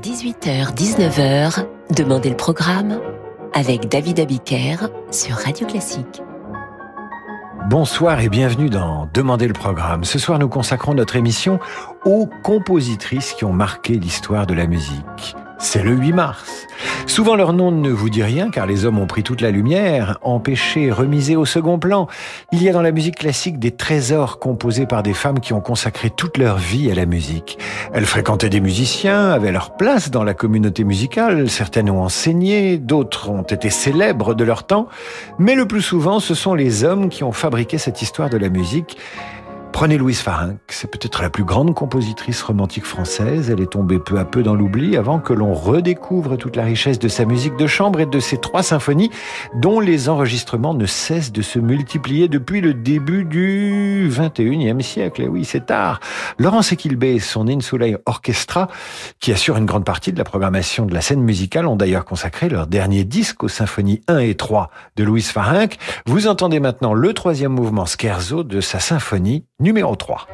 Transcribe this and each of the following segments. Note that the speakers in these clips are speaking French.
18h-19h, Demandez le programme avec David Abiker sur Radio Classique. Bonsoir et bienvenue dans Demandez le programme. Ce soir, nous consacrons notre émission aux compositrices qui ont marqué l'histoire de la musique. C'est le 8 mars. Souvent, leur nom ne vous dit rien car les hommes ont pris toute la lumière, empêchés, remisés au second plan. Il y a dans la musique classique des trésors composés par des femmes qui ont consacré toute leur vie à la musique. Elles fréquentaient des musiciens, avaient leur place dans la communauté musicale, certaines ont enseigné, d'autres ont été célèbres de leur temps, mais le plus souvent, ce sont les hommes qui ont fabriqué cette histoire de la musique. Prenez Louise Farinck, c'est peut-être la plus grande compositrice romantique française. Elle est tombée peu à peu dans l'oubli avant que l'on redécouvre toute la richesse de sa musique de chambre et de ses 3 symphonies dont les enregistrements ne cessent de se multiplier depuis le début du XXIe siècle. Et oui, c'est tard. Laurence Equilbé et son Insulet Orchestra, qui assure une grande partie de la programmation de la scène musicale, ont d'ailleurs consacré leur dernier disque aux symphonies 1 et 3 de Louise Farinck. Vous entendez maintenant le 3e mouvement scherzo de sa symphonie numéro 3.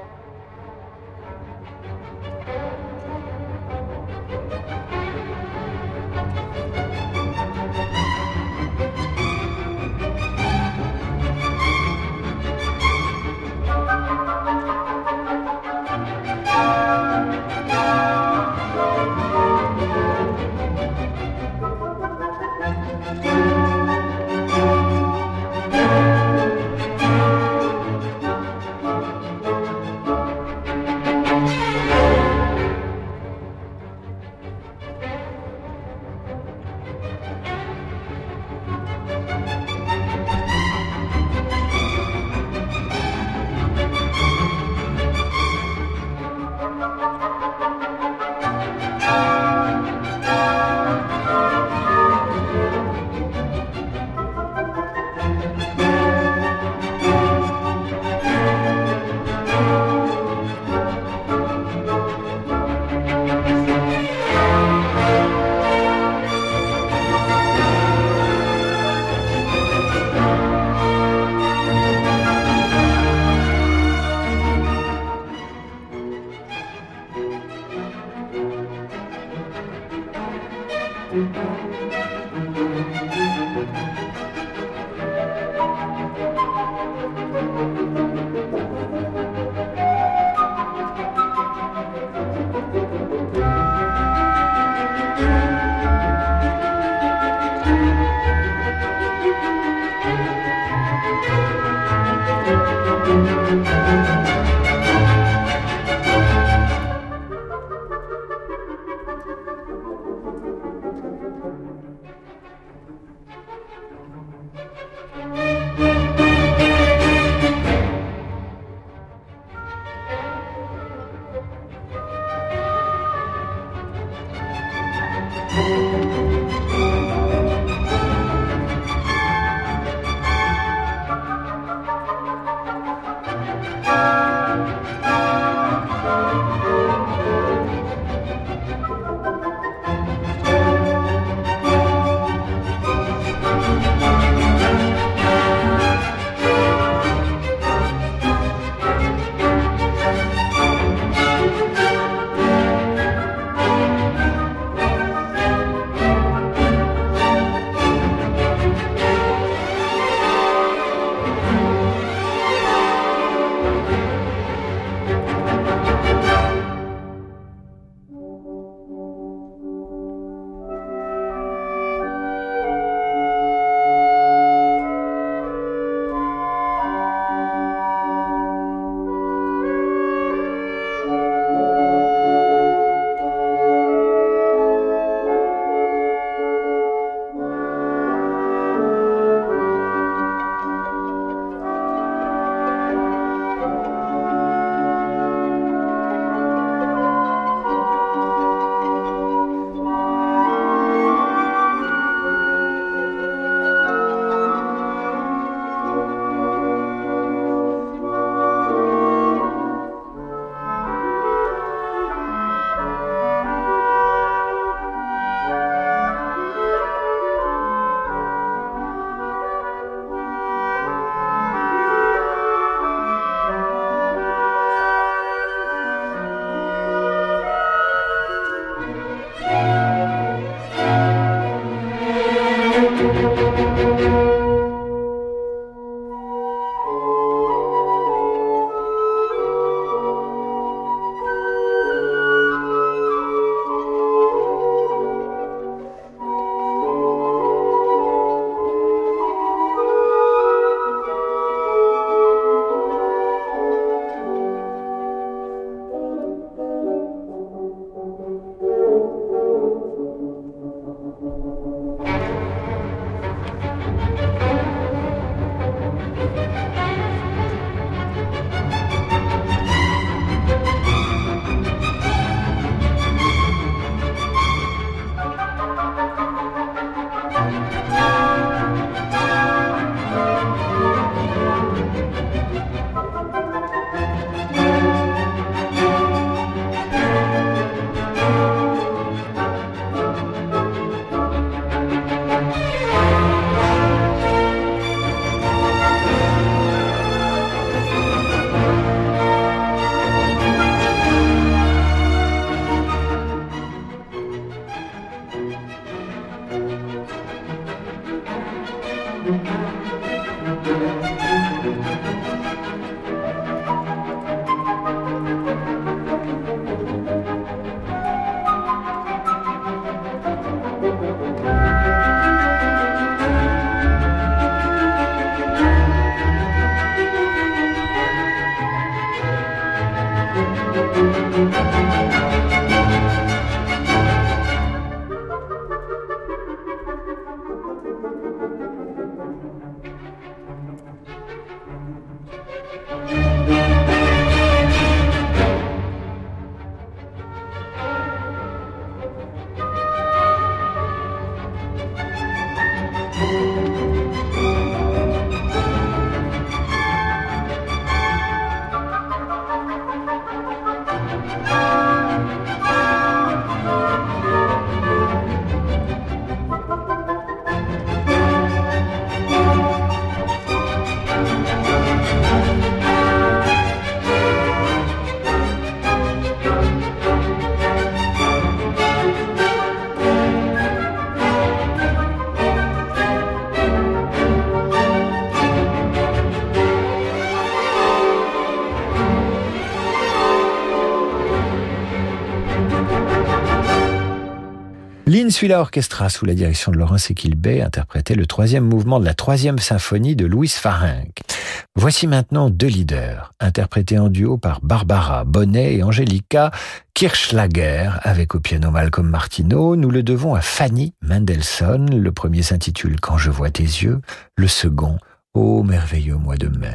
L'Insula Orchestra, sous la direction de Laurence Equilbé, interprétait le 3e mouvement de la 3e symphonie de Louis Farenc. Voici maintenant deux leaders, interprétés en duo par Barbara Bonnet et Angelika Kirchschlager, avec au piano Malcolm Martineau. Nous le devons à Fanny Mendelssohn. Le premier s'intitule « Quand je vois tes yeux », le second « Ô merveilleux mois de mai ».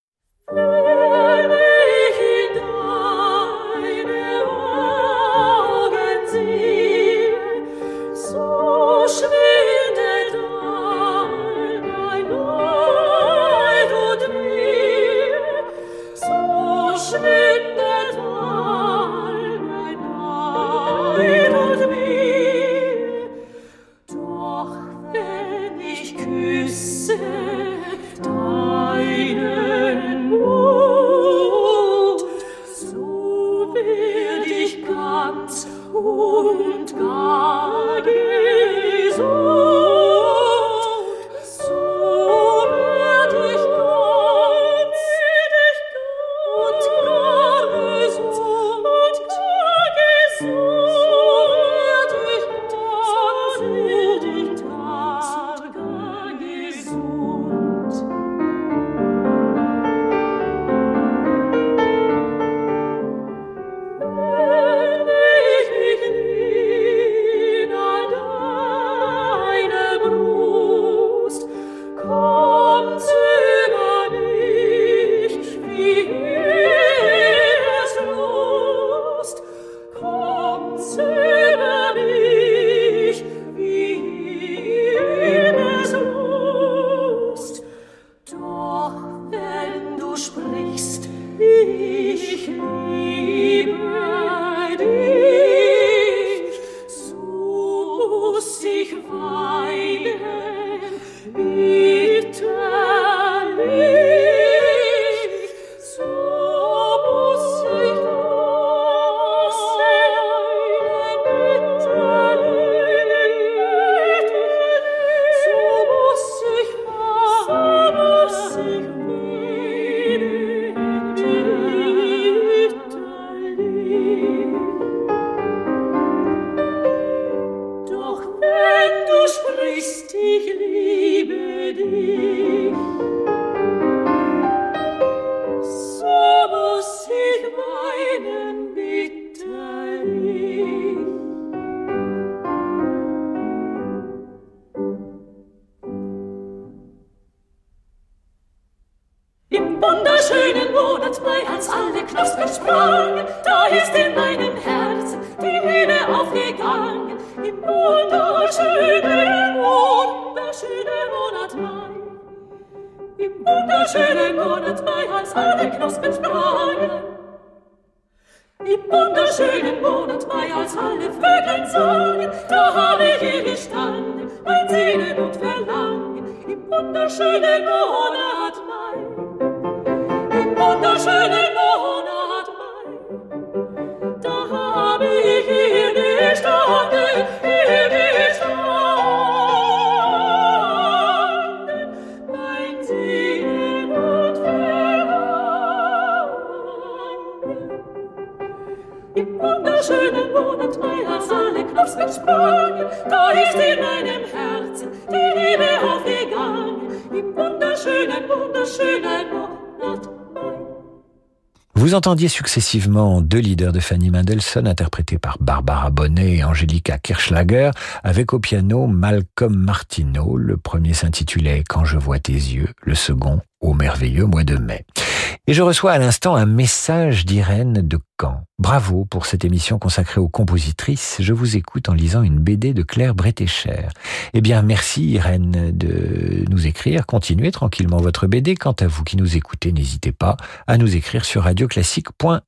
Vous entendiez successivement deux leaders de Fanny Mendelssohn interprétés par Barbara Bonnet et Angelika Kirchschlager, avec au piano Malcolm Martineau. Le premier s'intitulait « Quand je vois tes yeux », le second « Au merveilleux mois de mai ». Et je reçois à l'instant un message d'Irène de Caen. Bravo pour cette émission consacrée aux compositrices. Je vous écoute en lisant une BD de Claire Bretécher. Eh bien, merci Irène de nous écrire. Continuez tranquillement votre BD. Quant à vous qui nous écoutez, n'hésitez pas à nous écrire sur radioclassique.fr.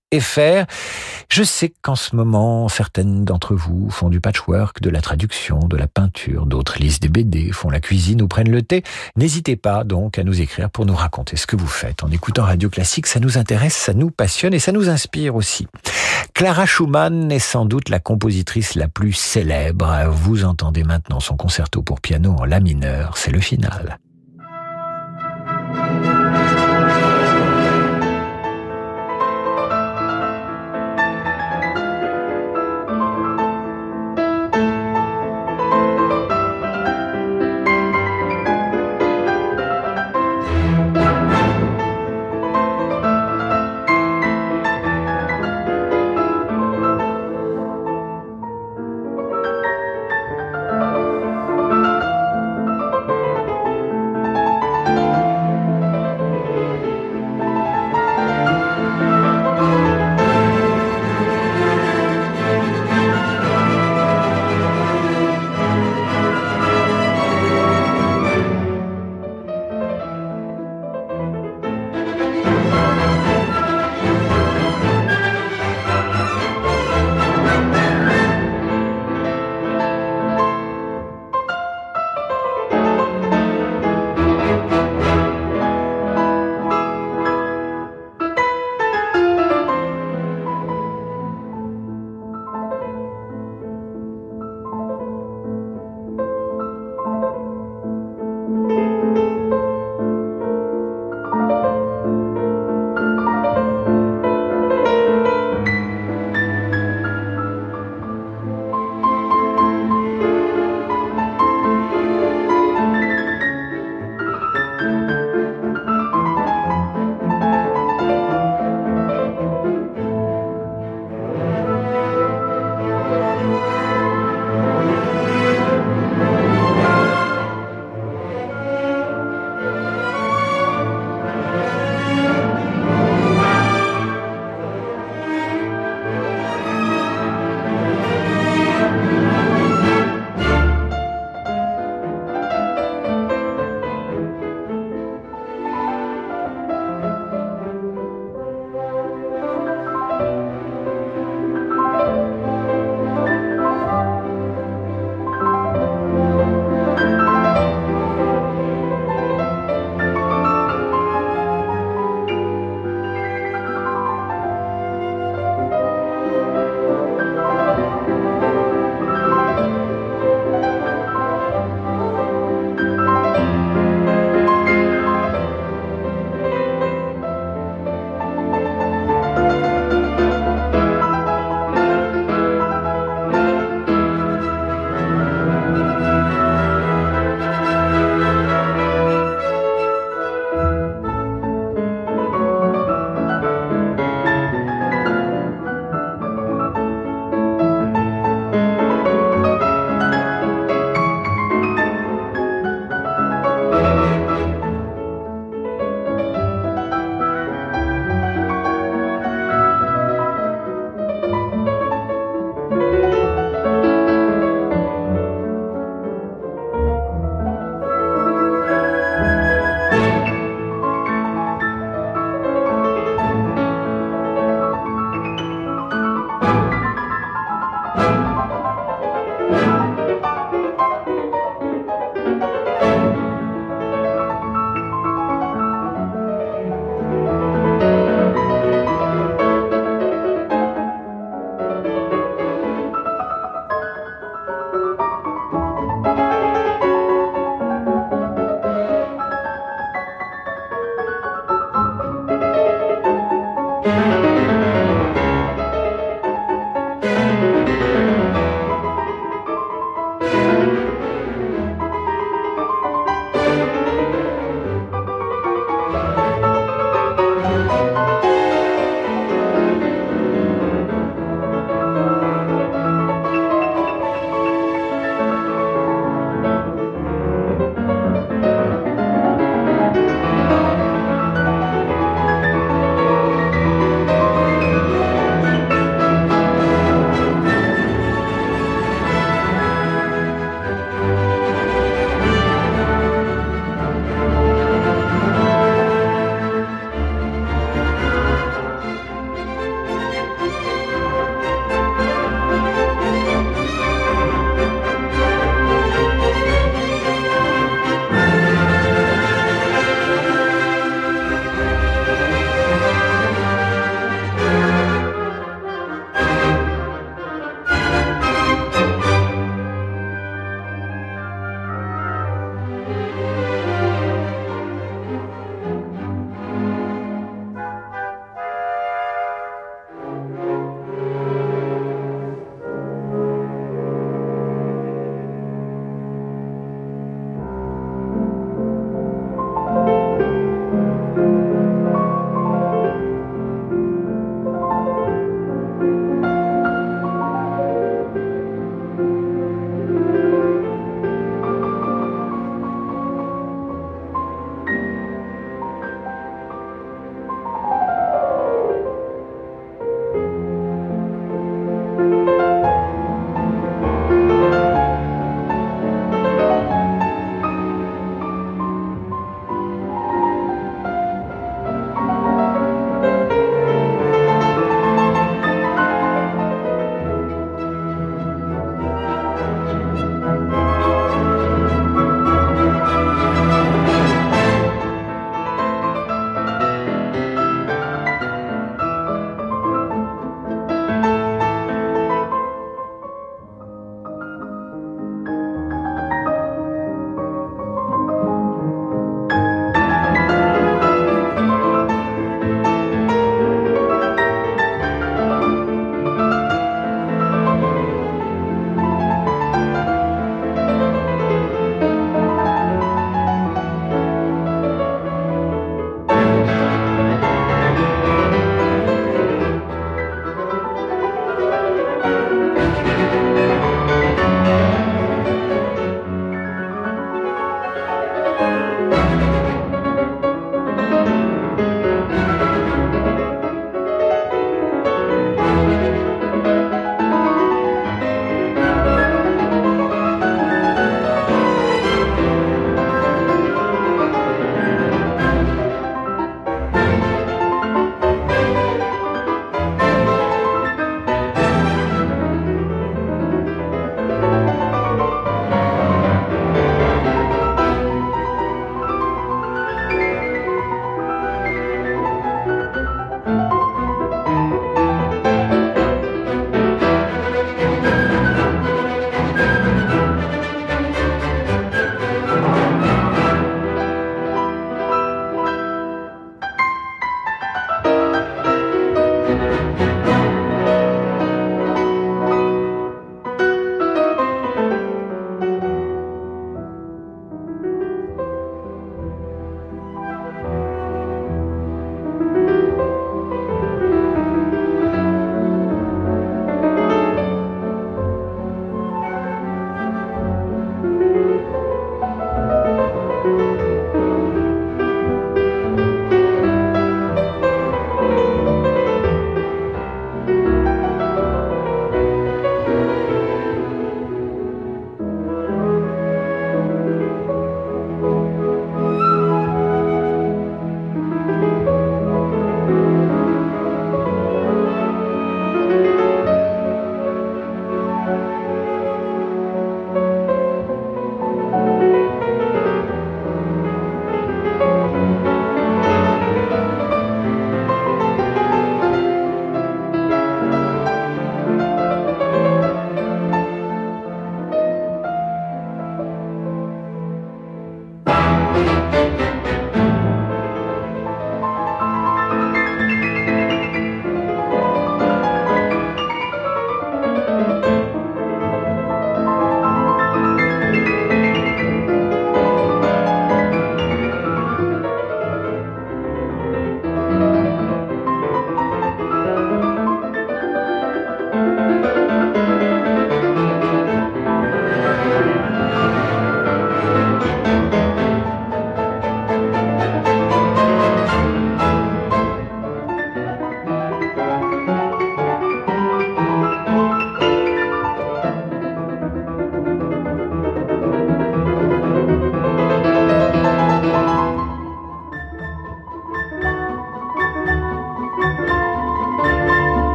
Je sais qu'en ce moment, certaines d'entre vous font du patchwork, de la traduction, de la peinture. D'autres lisent des BD, font la cuisine ou prennent le thé. N'hésitez pas donc à nous écrire pour nous raconter ce que vous faites. En écoutant Radio Classique, ça nous intéresse, ça nous passionne et ça nous inspire aussi. Clara Schumann est sans doute la compositrice la plus célèbre. Vous entendez maintenant son concerto pour piano en la mineur. C'est le final.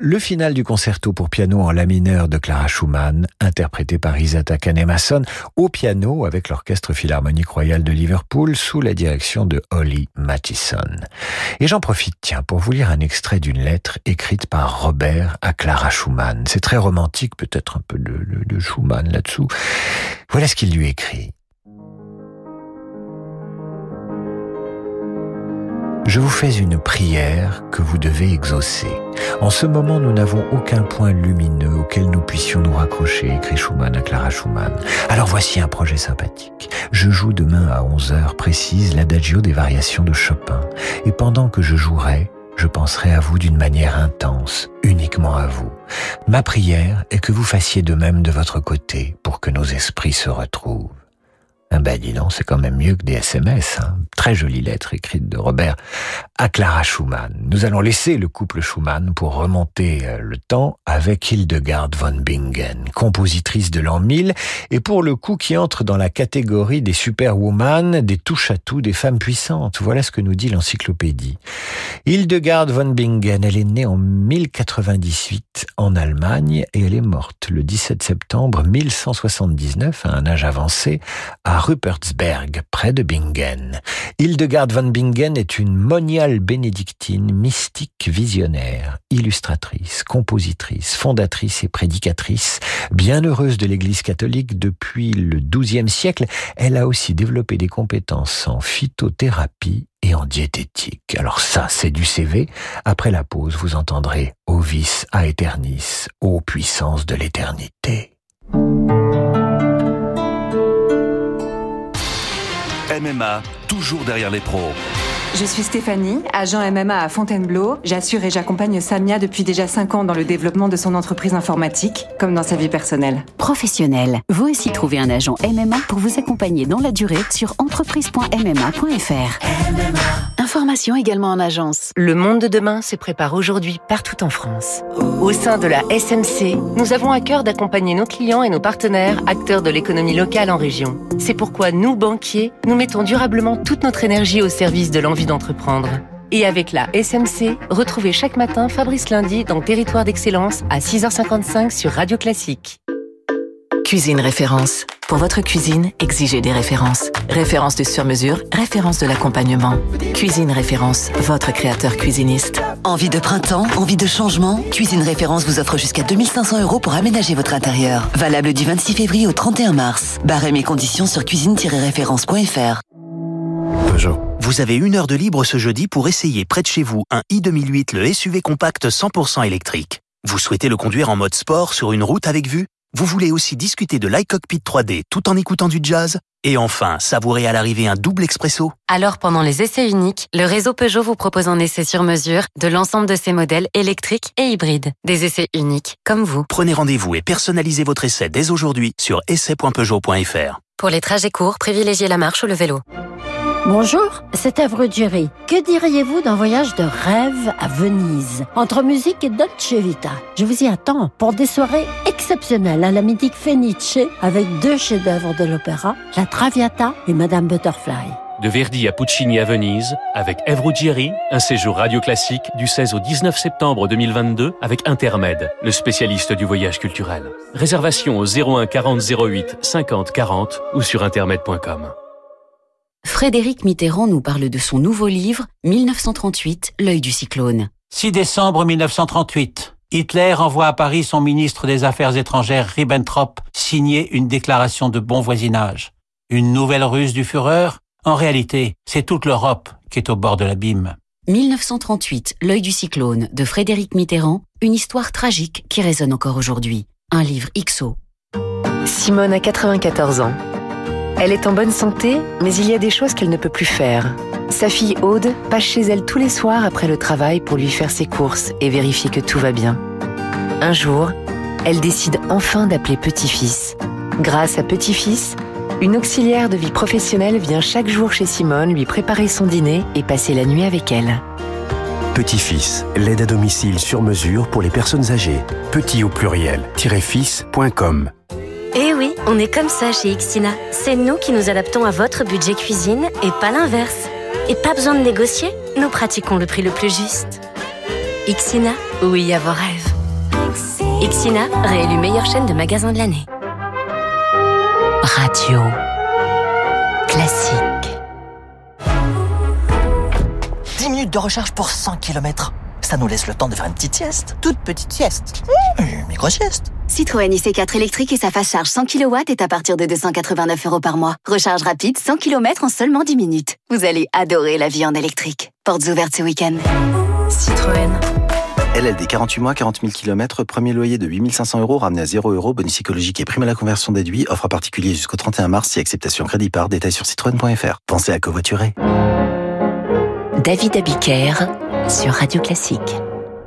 le final du concerto pour piano en la mineur de Clara Schumann, interprété par Isata Kanemason au piano avec l'Orchestre Philharmonique Royal de Liverpool sous la direction de Holly Mathison. Et j'en profite, pour vous lire un extrait d'une lettre écrite par Robert à Clara Schumann. C'est très romantique, peut-être un peu de Schumann là-dessous. Voilà ce qu'il lui écrit. Je vous fais une prière que vous devez exaucer. En ce moment, nous n'avons aucun point lumineux auquel nous puissions nous raccrocher, écrit Schumann à Clara Schumann. Alors voici un projet sympathique. Je joue demain à 11h précise l'adagio des variations de Chopin. Et pendant que je jouerai, je penserai à vous d'une manière intense, uniquement à vous. Ma prière est que vous fassiez de même de votre côté pour que nos esprits se retrouvent. Dis donc, c'est quand même mieux que des SMS. Très jolie lettre écrite de Robert à Clara Schumann. Nous allons laisser le couple Schumann pour remonter le temps avec Hildegard von Bingen, compositrice de l'an 1000, et pour le coup qui entre dans la catégorie des superwoman, des touche-à-tout, des femmes puissantes. Voilà ce que nous dit l'encyclopédie. Hildegard von Bingen, elle est née en 1098 en Allemagne et elle est morte le 17 septembre 1179 à un âge avancé à Ruppertsberg, près de Bingen. Hildegard von Bingen est une moniale bénédictine, mystique visionnaire, illustratrice, compositrice, fondatrice et prédicatrice. Bienheureuse de l'Église catholique depuis le XIIe siècle, elle a aussi développé des compétences en phytothérapie et en diététique. Alors ça, c'est du CV. Après la pause, vous entendrez « Ovis aeternis », ô puissance de l'éternité. MMA, toujours derrière les pros. Je suis Stéphanie, agent MMA à Fontainebleau. J'assure et j'accompagne Samia depuis déjà 5 ans dans le développement de son entreprise informatique, comme dans sa vie personnelle. Professionnel, vous aussi trouvez un agent MMA pour vous accompagner dans la durée sur entreprise.mma.fr. Information également en agence. Le monde de demain se prépare aujourd'hui partout en France. Au sein de la SMC, nous avons à cœur d'accompagner nos clients et nos partenaires, acteurs de l'économie locale en région. C'est pourquoi nous, banquiers, nous mettons durablement toute notre énergie au service de l'envie d'entreprendre. Et avec la SMC, retrouvez chaque matin Fabrice Lundi dans Territoire d'Excellence à 6h55 sur Radio Classique. Cuisine Référence. Pour votre cuisine, exigez des références. Références de sur-mesure, références de l'accompagnement. Cuisine Référence, votre créateur cuisiniste. Envie de printemps, envie de changement? Cuisine Référence vous offre jusqu'à 2 500 € pour aménager votre intérieur. Valable du 26 février au 31 mars. Barème et conditions sur cuisine-référence.fr. Peugeot. Vous avez 1 heure de libre ce jeudi pour essayer près de chez vous un i2008, le SUV compact 100% électrique. Vous souhaitez le conduire en mode sport sur une route avec vue? Vous voulez aussi discuter de l'iCockpit 3D tout en écoutant du jazz? Et enfin, savourer à l'arrivée un double expresso? Alors pendant les essais uniques, le réseau Peugeot vous propose un essai sur mesure de l'ensemble de ses modèles électriques et hybrides. Des essais uniques, comme vous. Prenez rendez-vous et personnalisez votre essai dès aujourd'hui sur essai.peugeot.fr. Pour les trajets courts, privilégiez la marche ou le vélo. Bonjour, c'est Evre Jerry. Que diriez-vous d'un voyage de rêve à Venise, entre musique et Dolce Vita? Je vous y attends pour des soirées exceptionnelles à la mythique Fenice avec 2 chefs-d'œuvre de l'opéra, La Traviata et Madame Butterfly. De Verdi à Puccini à Venise, avec Evre Jerry, un séjour radio classique du 16 au 19 septembre 2022 avec Intermed, le spécialiste du voyage culturel. Réservation au 01 40 08 50 40 ou sur intermed.com. Frédéric Mitterrand nous parle de son nouveau livre, 1938, l'œil du cyclone. 6 décembre 1938. Hitler envoie à Paris son ministre des Affaires étrangères Ribbentrop signer une déclaration de bon voisinage. Une nouvelle ruse du Führer? En réalité, c'est toute l'Europe qui est au bord de l'abîme. 1938, l'œil du cyclone de Frédéric Mitterrand, une histoire tragique qui résonne encore aujourd'hui. Un livre XO. Simone a 94 ans. Elle est en bonne santé, mais il y a des choses qu'elle ne peut plus faire. Sa fille Aude passe chez elle tous les soirs après le travail pour lui faire ses courses et vérifier que tout va bien. Un jour, elle décide enfin d'appeler Petit-Fils. Grâce à Petit-Fils, une auxiliaire de vie professionnelle vient chaque jour chez Simone lui préparer son dîner et passer la nuit avec elle. Petit-Fils, l'aide à domicile sur mesure pour les personnes âgées. Petit au pluriel-fils.com. Eh oui, on est comme ça chez Ixina. C'est nous qui nous adaptons à votre budget cuisine et pas l'inverse. Et pas besoin de négocier, nous pratiquons le prix le plus juste. Ixina, oui à vos rêves. Ixina, réélu meilleure chaîne de magasins de l'année. Radio Classique. 10 minutes de recharge pour 100 km. Ça nous laisse le temps de faire une petite sieste. Toute petite sieste. Une micro-sieste. Citroën IC4 électrique et sa fast charge 100 kW est à partir de 289 € par mois. Recharge rapide 100 km en seulement 10 minutes. Vous allez adorer la vie en électrique. Portes ouvertes ce week-end. Citroën. LLD 48 mois, 40 000 km, premier loyer de 8 500 € ramené à 0 €, bonus psychologique et prime à la conversion déduit, offre à particulier jusqu'au 31 mars si acceptation crédit par, détail sur citroën.fr. Pensez à covoiturer. David Abiker sur Radio Classique.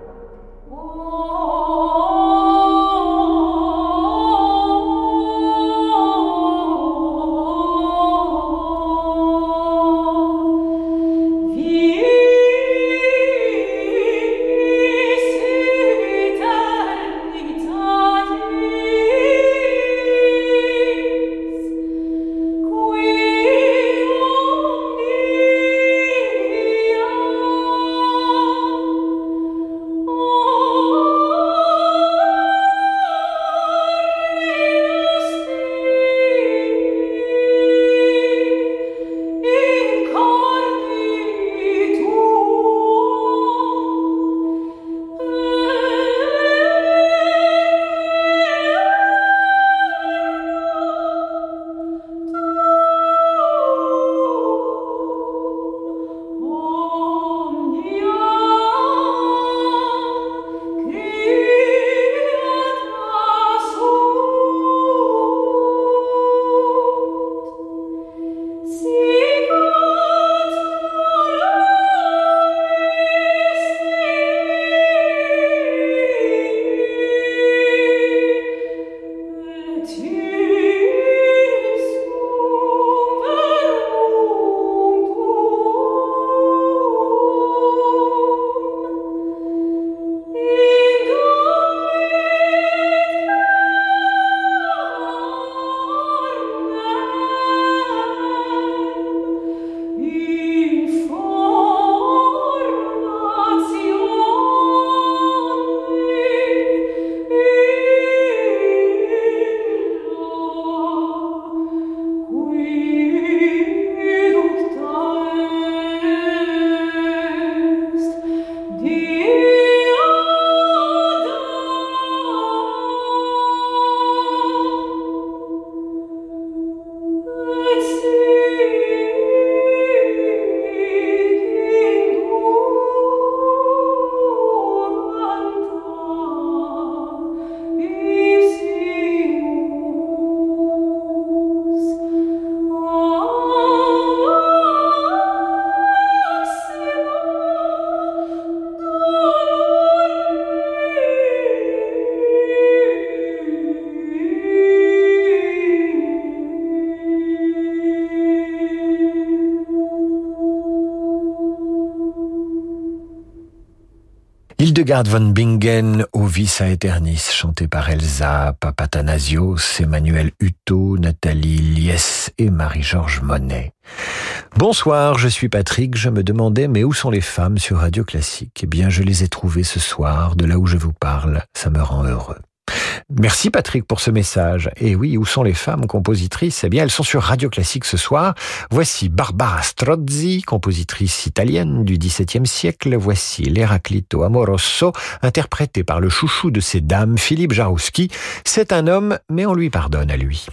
Hildegard von Bingen, Ovis aeternis, chanté par Elsa Papatanasios, Emmanuel Hutto, Nathalie Liès et Marie-Georges Monet. Bonsoir, je suis Patrick, je me demandais, mais où sont les femmes sur Radio Classique ? Eh bien, je les ai trouvées ce soir, de là où je vous parle, ça me rend heureux. Merci Patrick pour ce message. Et oui, où sont les femmes compositrices ? Eh bien, elles sont sur Radio Classique ce soir. Voici Barbara Strozzi, compositrice italienne du XVIIe siècle. Voici l'Eraclito Amoroso, interprété par le chouchou de ces dames, Philippe Jarouski. C'est un homme, mais on lui pardonne à lui.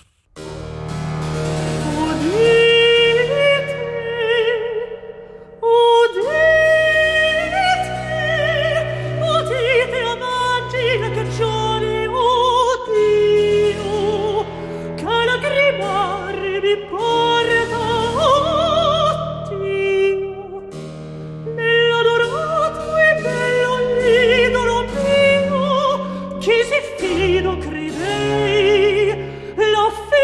Chi si fido credei, la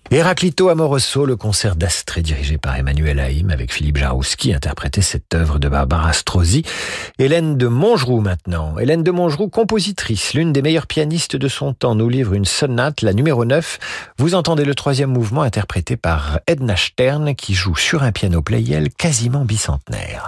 Héraclito Amoroso, le concert d'Astrée dirigé par Emmanuel Haïm avec Philippe Jarouski interprétait cette œuvre de Barbara Strozzi. Hélène de Montgeroux maintenant. Hélène de Montgeroux, compositrice, l'une des meilleures pianistes de son temps, nous livre une sonate, la numéro 9. Vous entendez le troisième mouvement interprété par Edna Stern qui joue sur un piano Pleyel quasiment bicentenaire.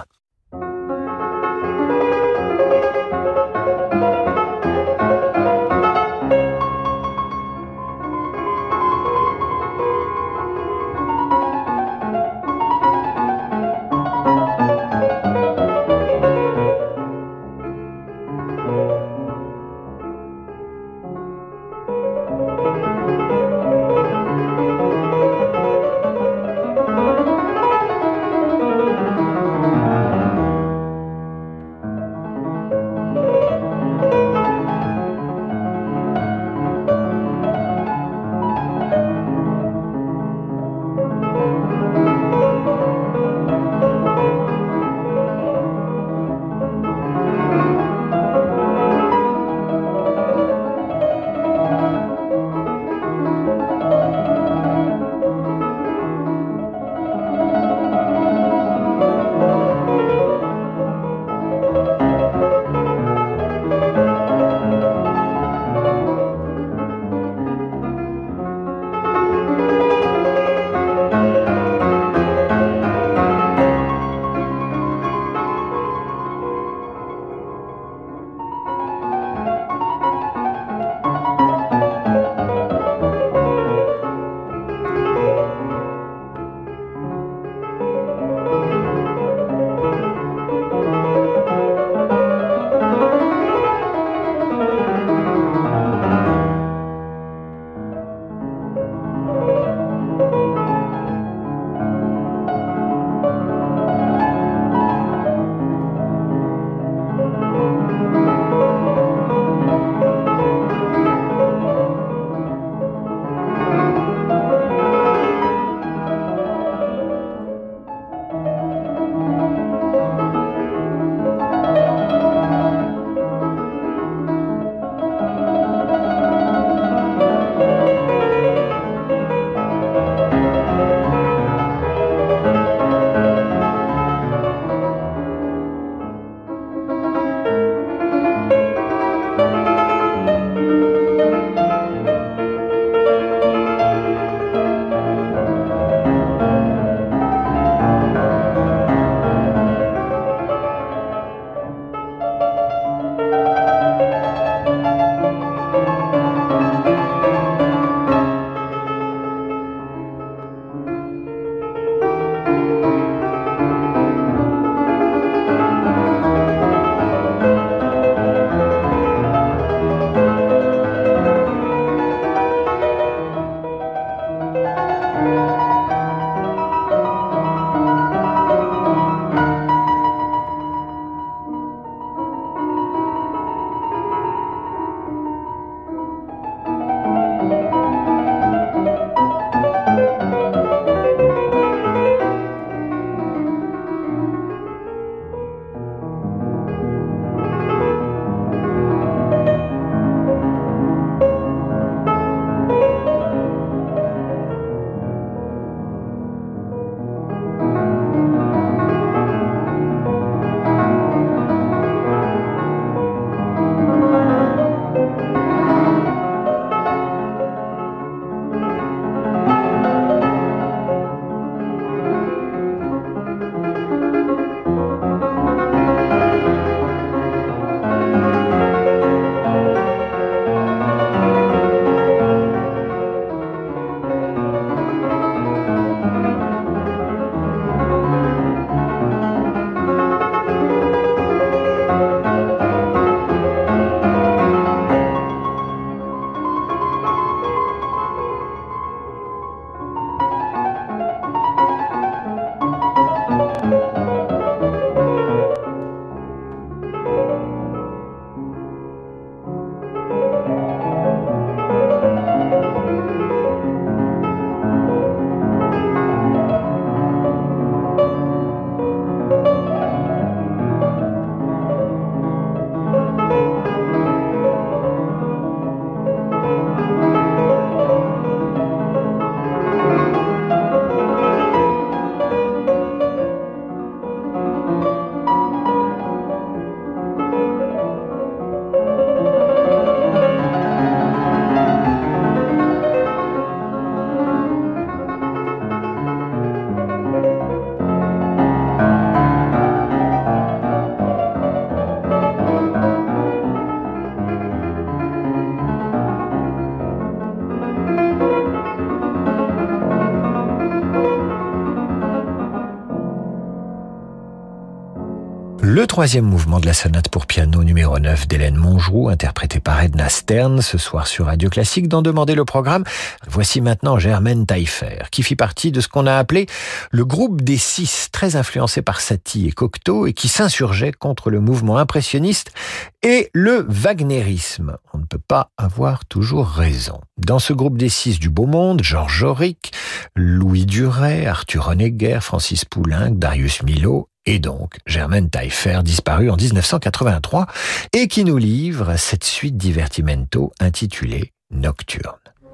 Le troisième mouvement de la sonate pour piano numéro 9 d'Hélène Mongeroux, interprété par Edna Stern, ce soir sur Radio Classique. D'en demander le programme, voici maintenant Germaine Taillefer, qui fit partie de ce qu'on a appelé le groupe des Six, très influencé par Satie et Cocteau, et qui s'insurgeait contre le mouvement impressionniste et le wagnérisme. On ne peut pas avoir toujours raison. Dans ce groupe des Six du beau monde, Georges Auric, Louis Duret, Arthur Honegger, Francis Poulenc, Darius Milhaud, et donc Germaine Taillefer, disparue en 1983, et qui nous livre cette suite divertimento intitulée Nocturne.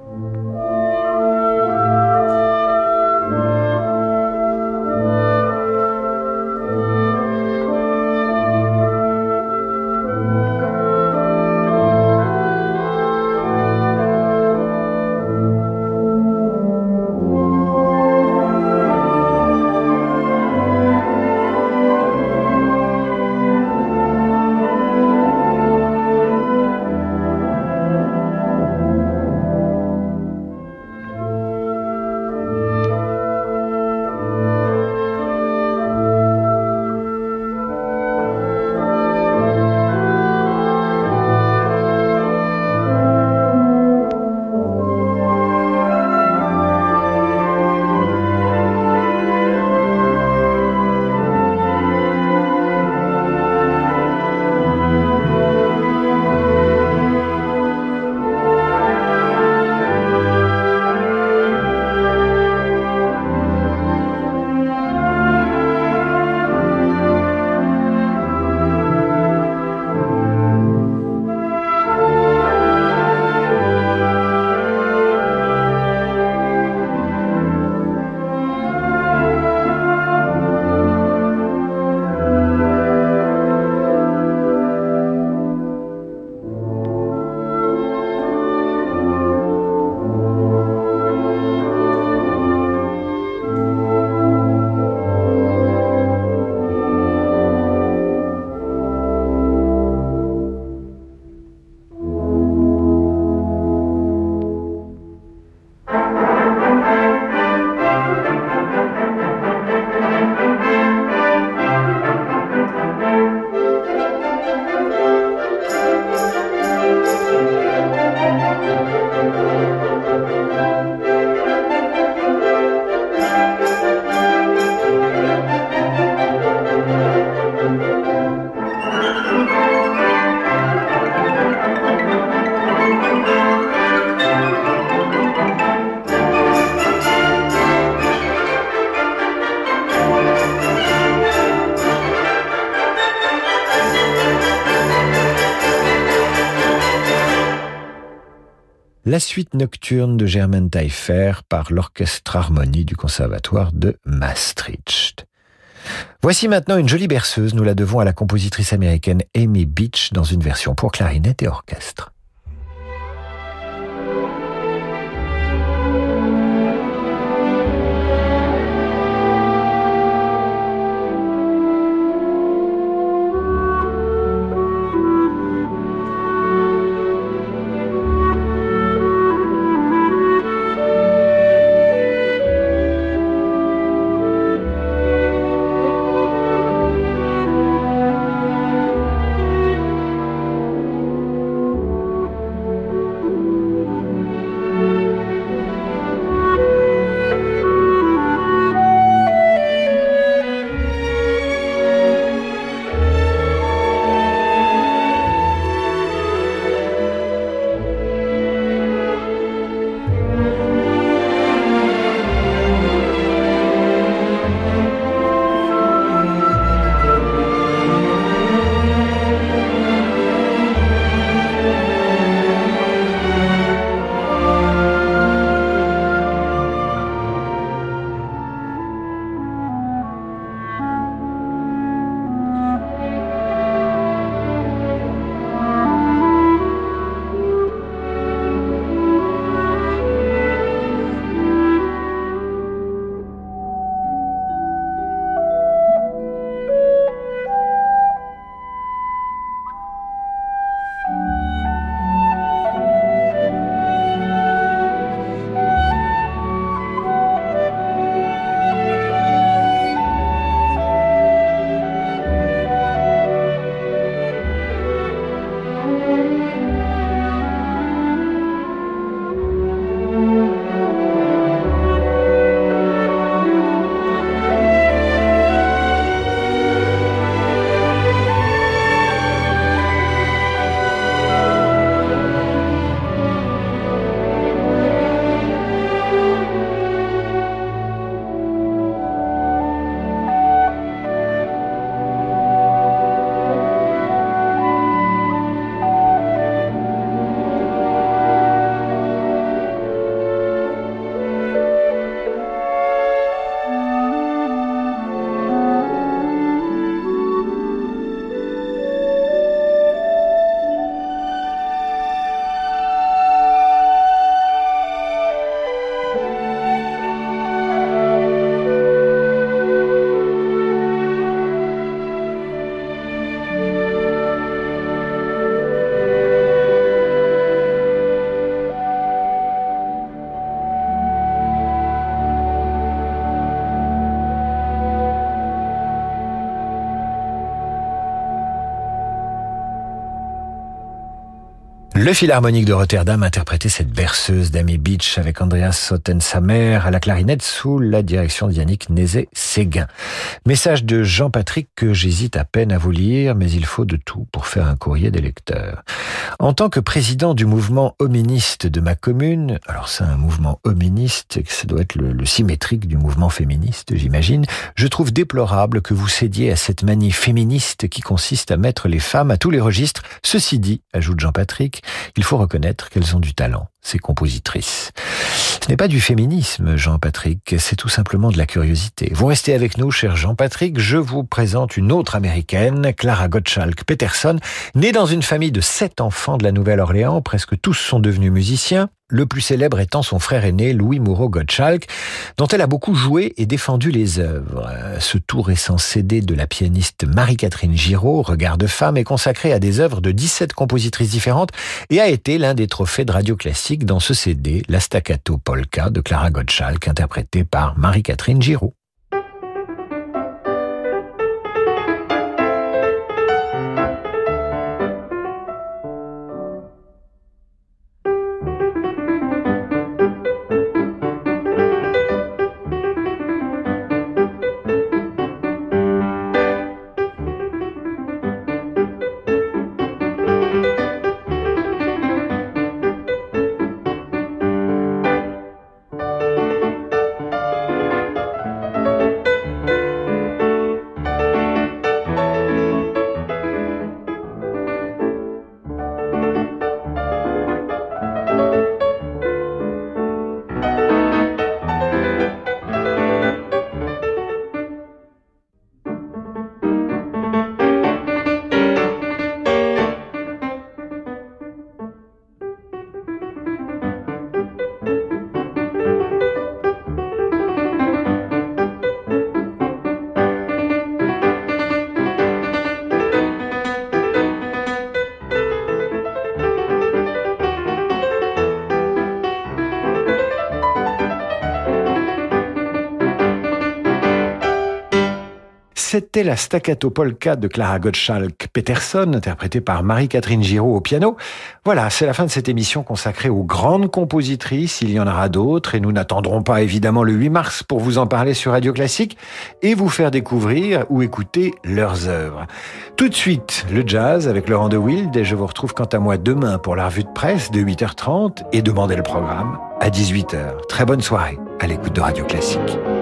La suite nocturne de Germaine Taillefer par l'Orchestre Harmonie du Conservatoire de Maastricht. Voici maintenant une jolie berceuse, nous la devons à la compositrice américaine Amy Beach dans une version pour clarinette et orchestre. Le Philharmonique de Rotterdam interprétait cette berceuse d'Amy Beach avec Andreas Sottensamer à la clarinette sous la direction de Yannick Nézet-Séguin. Message de Jean-Patrick que j'hésite à peine à vous lire, mais il faut de tout pour faire un courrier des lecteurs. En tant que président du mouvement hoministe de ma commune, alors c'est un mouvement hoministe, ça doit être le symétrique du mouvement féministe, j'imagine, je trouve déplorable que vous cédiez à cette manie féministe qui consiste à mettre les femmes à tous les registres. Ceci dit, ajoute Jean-Patrick, il faut reconnaître qu'elles ont du talent, ces compositrices. Ce n'est pas du féminisme, Jean-Patrick, c'est tout simplement de la curiosité. Vous restez avec nous, cher Jean-Patrick, je vous présente une autre américaine, Clara Gottschalk-Peterson, née dans une famille de 7 enfants de la Nouvelle-Orléans, presque tous sont devenus musiciens, le plus célèbre étant son frère aîné, Louis Moreau Gottschalk, dont elle a beaucoup joué et défendu les œuvres. Ce tout récent CD de la pianiste Marie-Catherine Giraud, Regard de femme, est consacré à des œuvres de 17 compositrices différentes et a été l'un des trophées de Radio Classique dans ce CD, la Staccato Polka de Clara Gottschalk, interprétée par Marie-Catherine Giraud. C'était la Staccato Polka de Clara Gottschalk-Peterson, interprétée par Marie-Catherine Giraud au piano. Voilà, c'est la fin de cette émission consacrée aux grandes compositrices. Il y en aura d'autres et nous n'attendrons pas évidemment le 8 mars pour vous en parler sur Radio Classique et vous faire découvrir ou écouter leurs œuvres. Tout de suite, le jazz avec Laurent de Wild et je vous retrouve quant à moi demain pour la revue de presse de 8h30 et Demandez le programme à 18h. Très bonne soirée à l'écoute de Radio Classique.